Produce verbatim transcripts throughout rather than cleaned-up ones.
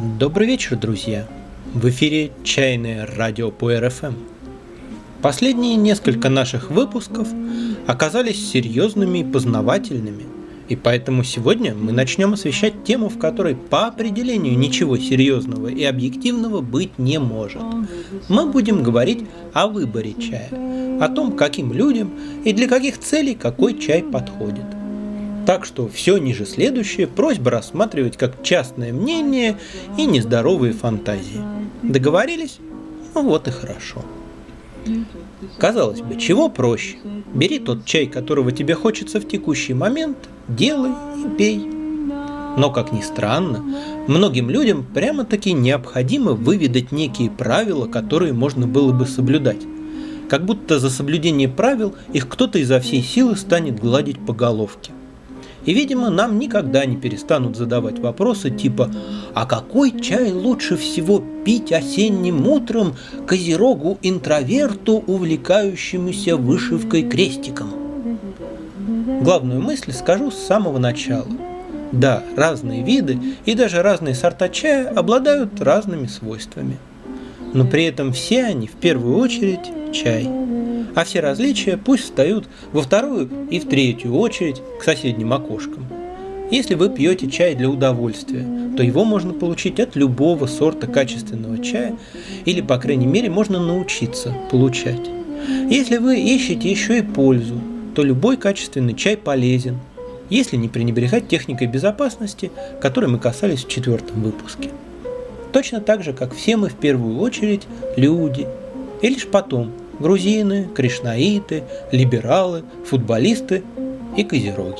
Добрый вечер, друзья! В эфире Чайное радио по эр эф эм. Последние несколько наших выпусков оказались серьезными и познавательными, и поэтому сегодня мы начнем освещать тему, в которой по определению ничего серьезного и объективного быть не может. Мы будем говорить о выборе чая, о том, каким людям и для каких целей какой чай подходит. Так что все ниже следующее просьба рассматривать как частное мнение и нездоровые фантазии. Договорились? Ну вот и хорошо. Казалось бы, чего проще? Бери тот чай, которого тебе хочется в текущий момент, делай и пей. Но, как ни странно, многим людям прямо-таки необходимо выведать некие правила, которые можно было бы соблюдать. Как будто за соблюдение правил их кто-то изо всей силы станет гладить по головке. И, видимо, нам никогда не перестанут задавать вопросы типа «А какой чай лучше всего пить осенним утром козерогу-интроверту, увлекающемуся вышивкой крестиком?» Главную мысль скажу с самого начала. Да, разные виды и даже разные сорта чая обладают разными свойствами. Но при этом все они в первую очередь чай. А все различия пусть встают во вторую и в третью очередь к соседним окошкам. Если вы пьете чай для удовольствия, то его можно получить от любого сорта качественного чая, или, по крайней мере, можно научиться получать. Если вы ищете еще и пользу, то любой качественный чай полезен, если не пренебрегать техникой безопасности, которой мы касались в четвертом выпуске. Точно так же, как все мы в первую очередь люди, и лишь потом грузины, кришнаиты, либералы, футболисты и козероги.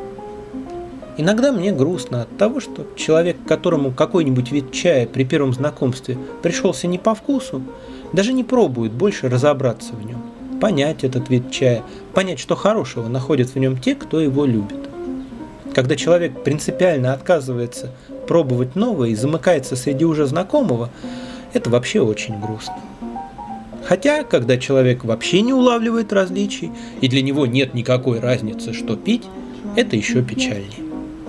Иногда мне грустно от того, что человек, которому какой-нибудь вид чая при первом знакомстве пришелся не по вкусу, даже не пробует больше разобраться в нем, понять этот вид чая, понять, что хорошего находят в нем те, кто его любит. Когда человек принципиально отказывается пробовать новое и замыкается среди уже знакомого, это вообще очень грустно. Хотя, когда человек вообще не улавливает различий, и для него нет никакой разницы, что пить, это еще печальнее.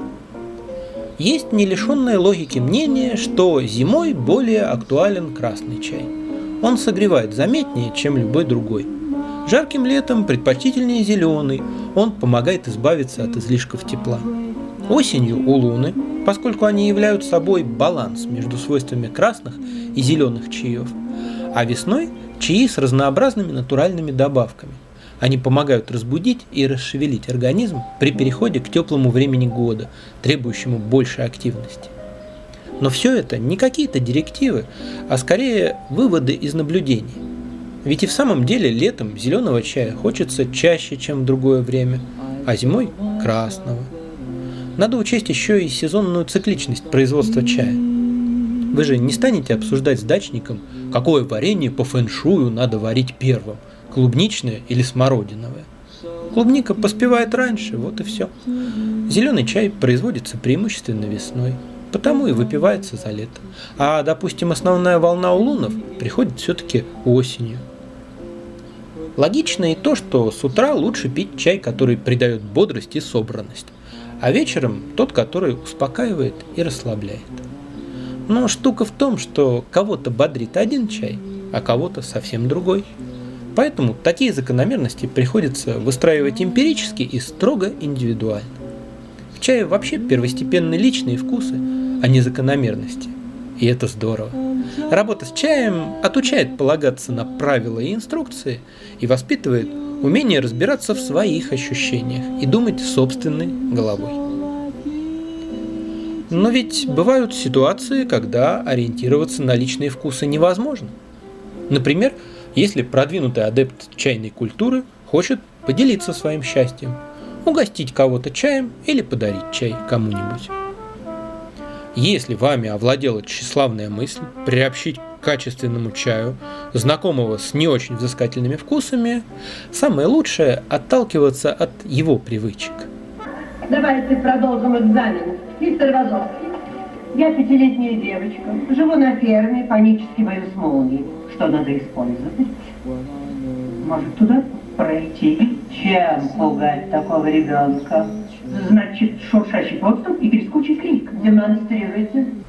Есть не лишенное логики мнение, что зимой более актуален красный чай. Он согревает заметнее, чем любой другой. Жарким летом предпочтительнее зеленый, он помогает избавиться от излишков тепла. Осенью у луны, поскольку они являются собой баланс между свойствами красных и зеленых чаев, а весной чаи с разнообразными натуральными добавками. Они помогают разбудить и расшевелить организм при переходе к теплому времени года, требующему большей активности. Но все это не какие-то директивы, а скорее выводы из наблюдений. Ведь и в самом деле летом зеленого чая хочется чаще, чем в другое время, а зимой – красного. Надо учесть еще и сезонную цикличность производства чая. Вы же не станете обсуждать с дачником, какое варенье по фэншую надо варить первым, клубничное или смородиновое. Клубника поспевает раньше, вот и все. Зеленый чай производится преимущественно весной, потому и выпивается за лето. А, допустим, основная волна улунов приходит все-таки осенью. Логично и то, что с утра лучше пить чай, который придает бодрость и собранность, а вечером тот, который успокаивает и расслабляет. Но штука в том, что кого-то бодрит один чай, а кого-то совсем другой. Поэтому такие закономерности приходится выстраивать эмпирически и строго индивидуально. В чае вообще первостепенны личные вкусы, а не закономерности. И это здорово. Работа с чаем отучает полагаться на правила и инструкции и воспитывает умение разбираться в своих ощущениях и думать собственной головой. Но ведь бывают ситуации, когда ориентироваться на личные вкусы невозможно. Например, если продвинутый адепт чайной культуры хочет поделиться своим счастьем, угостить кого-то чаем или подарить чай кому-нибудь. Если вами овладела тщеславная мысль приобщить к качественному чаю знакомого с не очень взыскательными вкусами, самое лучшее – отталкиваться от его привычек. Давайте продолжим экзамен. Мистер Вазовский, я пятилетняя девочка, живу на ферме, панически боюсь молнии. Что надо использовать? Может, туда пройти? Чем пугать такого ребенка? Значит, шуршащий подступ и трескучий крик. Демонстрируйте.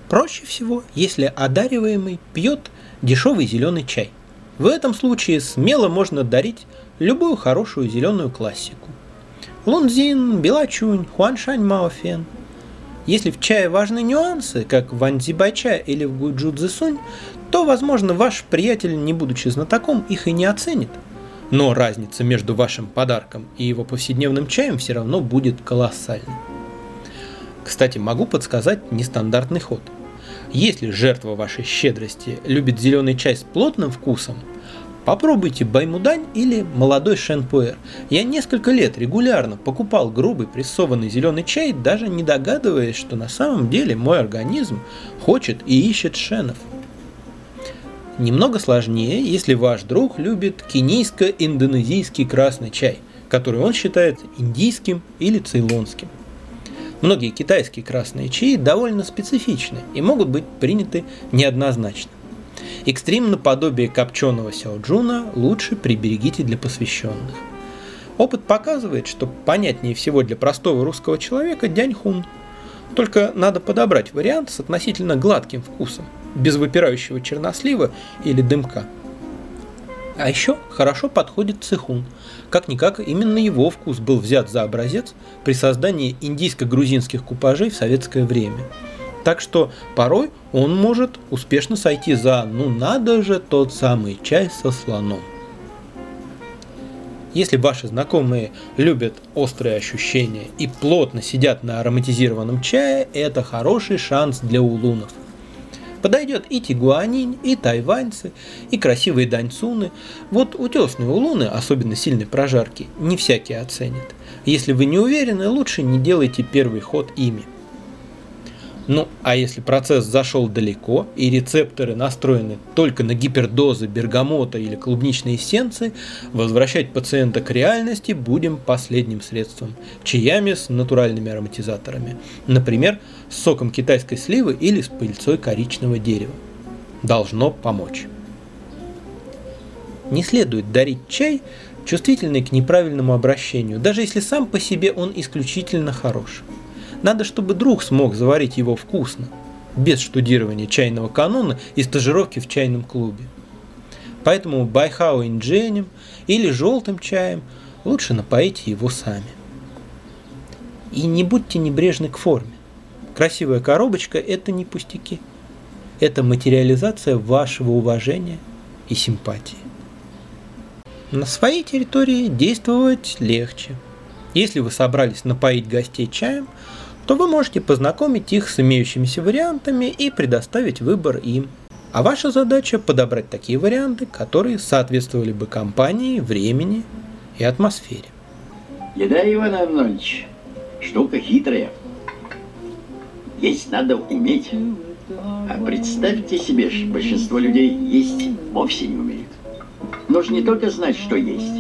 Проще всего, если одариваемый пьет дешевый зеленый чай. В этом случае смело можно дарить любую хорошую зеленую классику. Лунзин, Белачунь, Хуаншань Маофен. Если в чае важны нюансы, как в Анзибайча или в Гуйджу-Цзэсунь, то, возможно, ваш приятель, не будучи знатоком, их и не оценит. Но разница между вашим подарком и его повседневным чаем все равно будет колоссальной. Кстати, могу подсказать нестандартный ход. Если жертва вашей щедрости любит зеленый чай с плотным вкусом, попробуйте баймудань или молодой шенпуэр. Я несколько лет регулярно покупал грубый прессованный зеленый чай, даже не догадываясь, что на самом деле мой организм хочет и ищет шенов. Немного сложнее, если ваш друг любит кенийско-индонезийский красный чай, который он считает индийским или цейлонским. Многие китайские красные чаи довольно специфичны и могут быть приняты неоднозначно. Экстрим наподобие копченого сяоджуна лучше приберегите для посвященных. Опыт показывает, что понятнее всего для простого русского человека дяньхун. Только надо подобрать вариант с относительно гладким вкусом, без выпирающего чернослива или дымка. А еще хорошо подходит цихун. Как-никак именно его вкус был взят за образец при создании индийско-грузинских купажей в советское время. Так что порой он может успешно сойти за «ну надо же, тот самый чай со слоном». Если ваши знакомые любят острые ощущения и плотно сидят на ароматизированном чае, это хороший шанс для улунов. Подойдет и тигуанинь, и тайваньцы, и красивые даньцуны. Вот утесные улуны, особенно сильной прожарки, не всякий оценит. Если вы не уверены, лучше не делайте первый ход ими. Ну, а если процесс зашел далеко и рецепторы настроены только на гипердозы бергамота или клубничной эссенции, возвращать пациента к реальности будем последним средством – чаями с натуральными ароматизаторами, например, с соком китайской сливы или с пыльцой коричневого дерева. Должно помочь. Не следует дарить чай, чувствительный к неправильному обращению, даже если сам по себе он исключительно хорош. Надо, чтобы друг смог заварить его вкусно, без штудирования чайного канона и стажировки в чайном клубе. Поэтому байхао индженем или желтым чаем лучше напоите его сами. И не будьте небрежны к форме. Красивая коробочка – это не пустяки. Это материализация вашего уважения и симпатии. На своей территории действовать легче. Если вы собрались напоить гостей чаем, то вы можете познакомить их с имеющимися вариантами и предоставить выбор им. А ваша задача – подобрать такие варианты, которые соответствовали бы компании, времени и атмосфере. Еда, Иван Арнольдович, штука хитрая. Есть надо уметь. А представьте себе, что большинство людей есть вовсе не умеют. Нужно не только знать, что есть,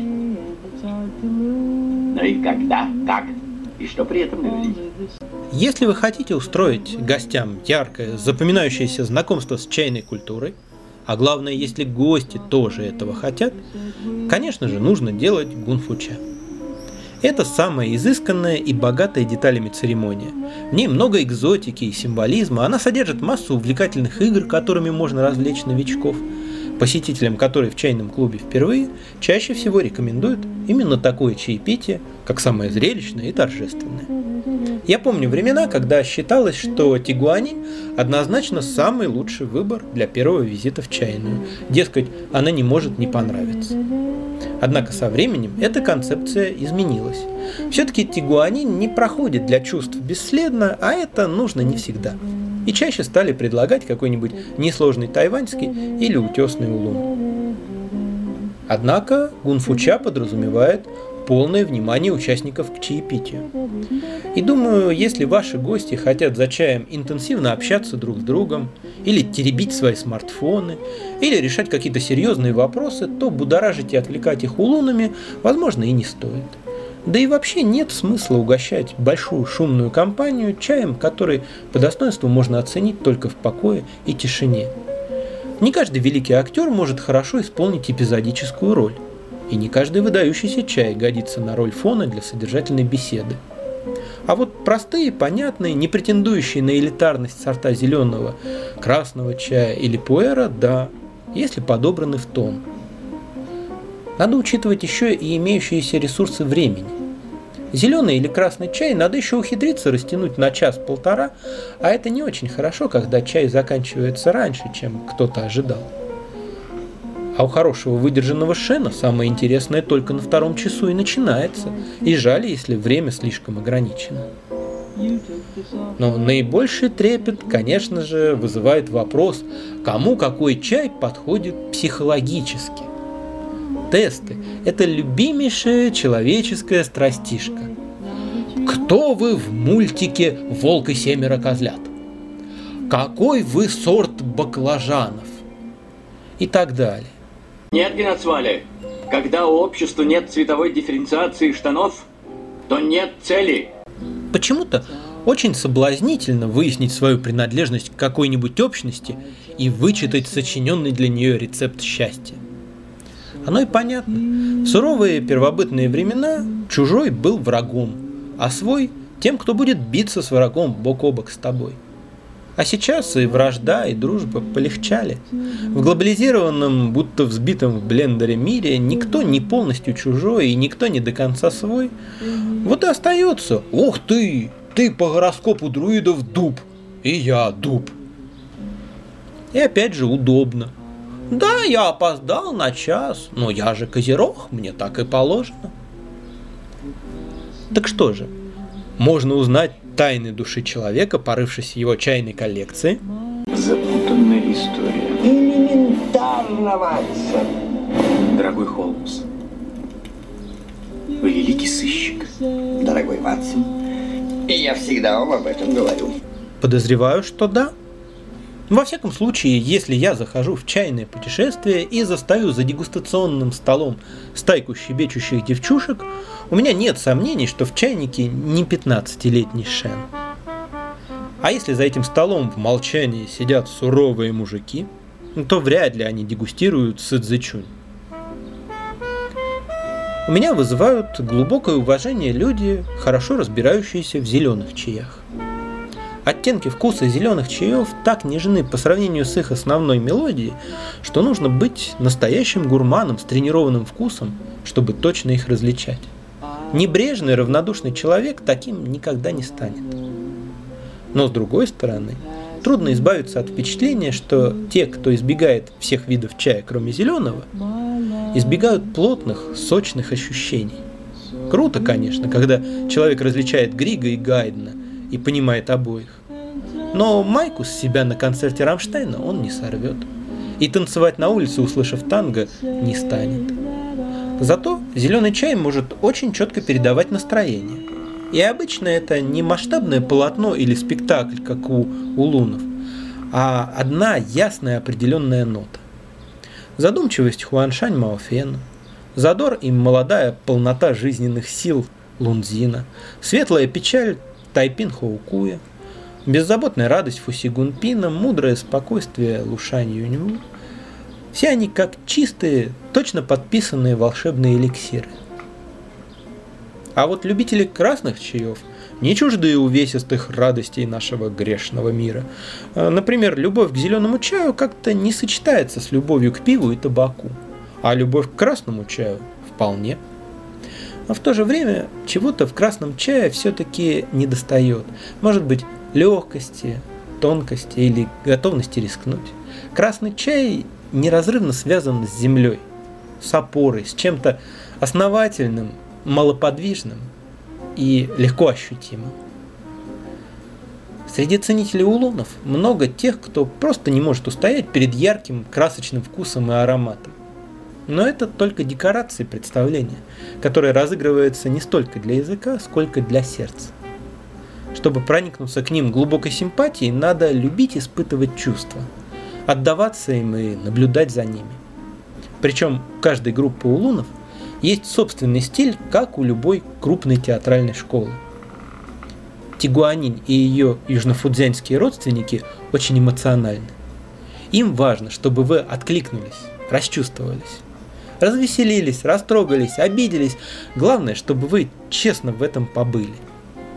но и когда, как и что при этом говорить. Если вы хотите устроить гостям яркое, запоминающееся знакомство с чайной культурой, а главное, если гости тоже этого хотят, конечно же, нужно делать гунфуча. Это самая изысканная и богатая деталями церемония. В ней много экзотики и символизма, она содержит массу увлекательных игр, которыми можно развлечь новичков. Посетителям, которые в чайном клубе впервые, чаще всего рекомендуют именно такое чаепитие, как самое зрелищное и торжественное. Я помню времена, когда считалось, что тигуанинь однозначно самый лучший выбор для первого визита в чайную. Дескать, она не может не понравиться. Однако со временем эта концепция изменилась. Все-таки тигуанинь не проходит для чувств бесследно, а это нужно не всегда. И чаще стали предлагать какой-нибудь несложный тайваньский или утесный улун. Однако гунфуча подразумевает полное внимание участников к чаепитию. И думаю, если ваши гости хотят за чаем интенсивно общаться друг с другом, или теребить свои смартфоны, или решать какие-то серьезные вопросы, то будоражить и отвлекать их улунами, возможно, и не стоит. Да и вообще нет смысла угощать большую шумную компанию чаем, который по достоинству можно оценить только в покое и тишине. Не каждый великий актер может хорошо исполнить эпизодическую роль, и не каждый выдающийся чай годится на роль фона для содержательной беседы. А вот простые, понятные, не претендующие на элитарность сорта зеленого, красного чая или пуэра, да, если подобраны в тон. Надо учитывать еще и имеющиеся ресурсы времени. Зеленый или красный чай надо еще ухитриться растянуть на час-полтора, а это не очень хорошо, когда чай заканчивается раньше, чем кто-то ожидал. А у хорошего выдержанного шена самое интересное только на втором часу и начинается, и жаль, если время слишком ограничено. Но наибольший трепет, конечно же, вызывает вопрос, кому какой чай подходит психологически. Тесты – это любимейшая человеческая страстишка. Кто вы в мультике «Волк и семеро козлят»? Какой вы сорт баклажанов? И так далее. Нет, Геноцвале, когда у общества нет цветовой дифференциации штанов, то нет цели. Почему-то очень соблазнительно выяснить свою принадлежность к какой-нибудь общности и вычитать сочиненный для нее рецепт счастья. Оно и понятно. В суровые первобытные времена чужой был врагом, а свой – тем, кто будет биться с врагом бок о бок с тобой. А сейчас и вражда, и дружба полегчали. В глобализированном, будто взбитом в блендере мире никто не полностью чужой и никто не до конца свой. Вот и остается: ух ты, ты по гороскопу друидов дуб, и я дуб. И опять же удобно. Да, я опоздал на час, но я же козерог, мне так и положено. Так что же, можно узнать тайны души человека, порывшись в его чайной коллекции? Запутанная история. Элементарно, Ватсон. Дорогой Холмс, вы великий сыщик. Дорогой Ватсон, и я всегда вам об этом говорю. Подозреваю, что да. Во всяком случае, если я захожу в чайное путешествие и застаю за дегустационным столом стайку щебечущих девчушек, у меня нет сомнений, что в чайнике не пятнадцатилетний шен. А если за этим столом в молчании сидят суровые мужики, то вряд ли они дегустируют сыдзычунь. У меня вызывают глубокое уважение люди, хорошо разбирающиеся в зеленых чаях. Оттенки вкуса зеленых чаев так нежны по сравнению с их основной мелодией, что нужно быть настоящим гурманом с тренированным вкусом, чтобы точно их различать. Небрежный, равнодушный человек таким никогда не станет. Но с другой стороны, трудно избавиться от впечатления, что те, кто избегает всех видов чая, кроме зеленого, избегают плотных, сочных ощущений. Круто, конечно, когда человек различает Грига и Гайдна и понимает обоих. Но майку с себя на концерте Рамштайна он не сорвет. И танцевать на улице, услышав танго, не станет. Зато зеленый чай может очень четко передавать настроение. И обычно это не масштабное полотно или спектакль, как у улунов, а одна ясная определенная нота. Задумчивость Хуаншань Маофена, задор и молодая полнота жизненных сил Лунзина, светлая печаль Тайпин Хоукуя, беззаботная радость Фуси Гунпина, мудрое спокойствие Лушань Юньву. Все они как чистые, точно подписанные волшебные эликсиры. А вот любители красных чаев не чужды увесистых радостей нашего грешного мира. Например, любовь к зеленому чаю как-то не сочетается с любовью к пиву и табаку, а любовь к красному чаю вполне. Но в то же время чего-то в красном чае все-таки недостает. Может быть, легкости, тонкости или готовности рискнуть. Красный чай неразрывно связан с землей, с опорой, с чем-то основательным, малоподвижным и легко ощутимым. Среди ценителей улунов много тех, кто просто не может устоять перед ярким, красочным вкусом и ароматом. Но это только декорации представления, которое разыгрывается не столько для языка, сколько для сердца. Чтобы проникнуться к ним глубокой симпатией, надо любить испытывать чувства, отдаваться им и наблюдать за ними. Причем у каждой группы улунов есть собственный стиль, как у любой крупной театральной школы. Тигуанинь и ее южнофудзянские родственники очень эмоциональны. Им важно, чтобы вы откликнулись, расчувствовались, развеселились, растрогались, обиделись. Главное, чтобы вы честно в этом побыли.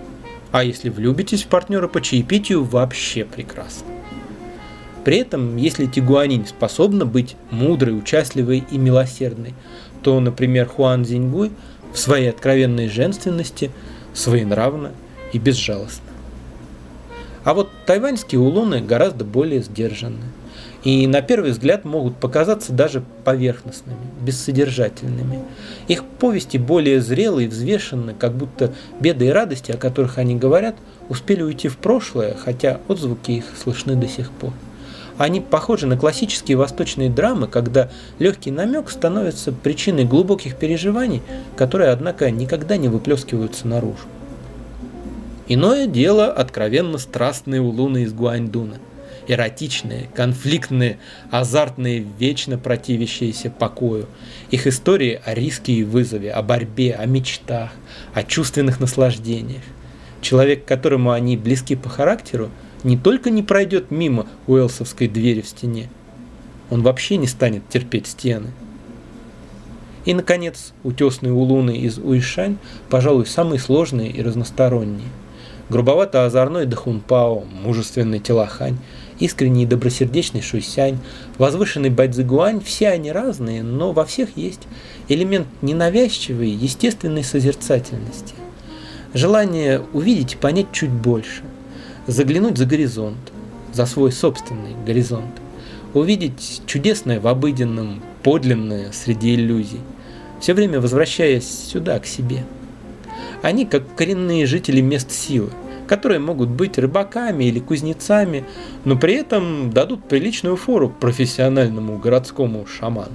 А если влюбитесь в партнера по чаепитию, вообще прекрасно. При этом, если Тигуанин способна быть мудрой, участливой и милосердной, то, например, Хуан Цзиньгуй в своей откровенной женственности своенравна и безжалостна. А вот тайваньские улуны гораздо более сдержанны и на первый взгляд могут показаться даже поверхностными, бессодержательными. Их повести более зрелые и взвешенны, как будто беды и радости, о которых они говорят, успели уйти в прошлое, хотя отзвуки их слышны до сих пор. Они похожи на классические восточные драмы, когда легкий намек становится причиной глубоких переживаний, которые, однако, никогда не выплескиваются наружу. Иное дело откровенно страстные улуны из Гуаньдуна. Эротичные, конфликтные, азартные, вечно противящиеся покою. Их истории о риске и вызове, о борьбе, о мечтах, о чувственных наслаждениях. Человек, которому они близки по характеру, не только не пройдет мимо уэллсовской двери в стене, он вообще не станет терпеть стены. И, наконец, утесные улуны из Уишань, пожалуй, самые сложные и разносторонние. Грубовато-озорной Дахунпао, мужественный Телахань, искренний и добросердечный Шуйсянь, возвышенный Байцзигуань, все они разные, но во всех есть элемент ненавязчивой, естественной созерцательности. Желание увидеть и понять чуть больше, заглянуть за горизонт, за свой собственный горизонт, увидеть чудесное в обыденном, подлинное среди иллюзий, все время возвращаясь сюда, к себе. Они как коренные жители мест силы, которые могут быть рыбаками или кузнецами, но при этом дадут приличную фору профессиональному городскому шаману.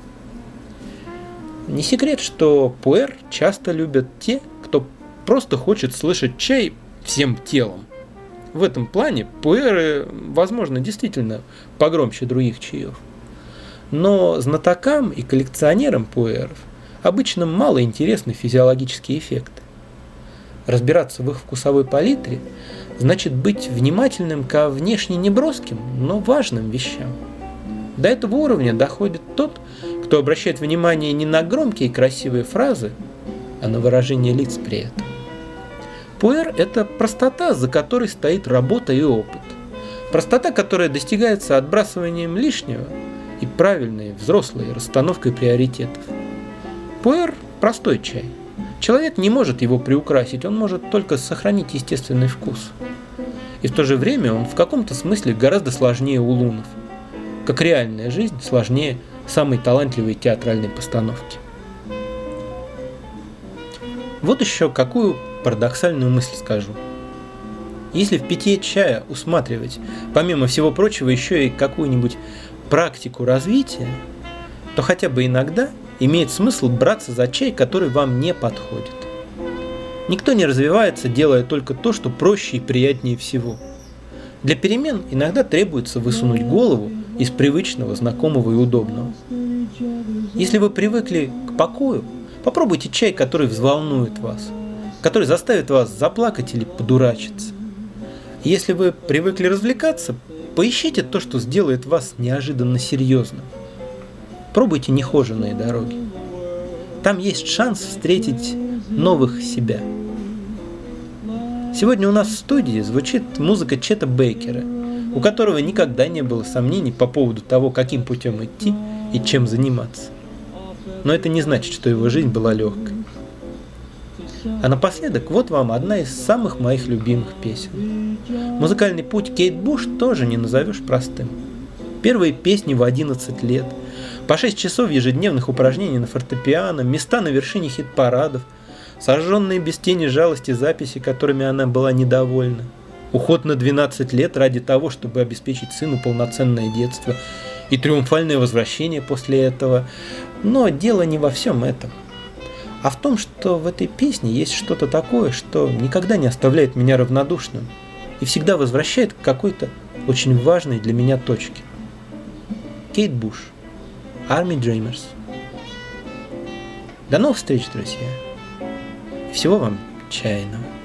Не секрет, что пуэр часто любят те, кто просто хочет слышать чай всем телом. В этом плане пуэры, возможно, действительно погромче других чаев. Но знатокам и коллекционерам пуэров обычно мало интересны физиологические эффекты. Разбираться в их вкусовой палитре значит быть внимательным ко внешне неброским, но важным вещам. До этого уровня доходит тот, кто обращает внимание не на громкие и красивые фразы, а на выражение лиц при этом. Пуэр – это простота, за которой стоит работа и опыт. Простота, которая достигается отбрасыванием лишнего и правильной, взрослой расстановкой приоритетов. Пуэр – простой чай. Человек не может его приукрасить, он может только сохранить естественный вкус. И в то же время он в каком-то смысле гораздо сложнее улунов, как реальная жизнь сложнее самой талантливой театральной постановки. Вот еще какую парадоксальную мысль скажу. Если в питье чая усматривать, помимо всего прочего, еще и какую-нибудь практику развития, то хотя бы иногда имеет смысл браться за чай, который вам не подходит. Никто не развивается, делая только то, что проще и приятнее всего. Для перемен иногда требуется высунуть голову из привычного, знакомого и удобного. Если вы привыкли к покою, попробуйте чай, который взволнует вас, который заставит вас заплакать или подурачиться. Если вы привыкли развлекаться, поищите то, что сделает вас неожиданно серьезным. Пробуйте нехоженные дороги. Там есть шанс встретить новых себя. Сегодня у нас в студии звучит музыка Чета Бейкера, у которого никогда не было сомнений по поводу того, каким путем идти и чем заниматься. Но это не значит, что его жизнь была легкой. А напоследок, вот вам одна из самых моих любимых песен. Музыкальный путь Кейт Буш тоже не назовешь простым. Первые песни в одиннадцать лет, по шесть часов ежедневных упражнений на фортепиано, места на вершине хит-парадов, сожженные без тени жалости записи, которыми она была недовольна, уход на двенадцать лет ради того, чтобы обеспечить сыну полноценное детство и триумфальное возвращение после этого. Но дело не во всем этом, а в том, что в этой песне есть что-то такое, что никогда не оставляет меня равнодушным и всегда возвращает к какой-то очень важной для меня точке. Кейт Буш, Army Dreamers. До новых встреч, друзья. Всего вам чайного.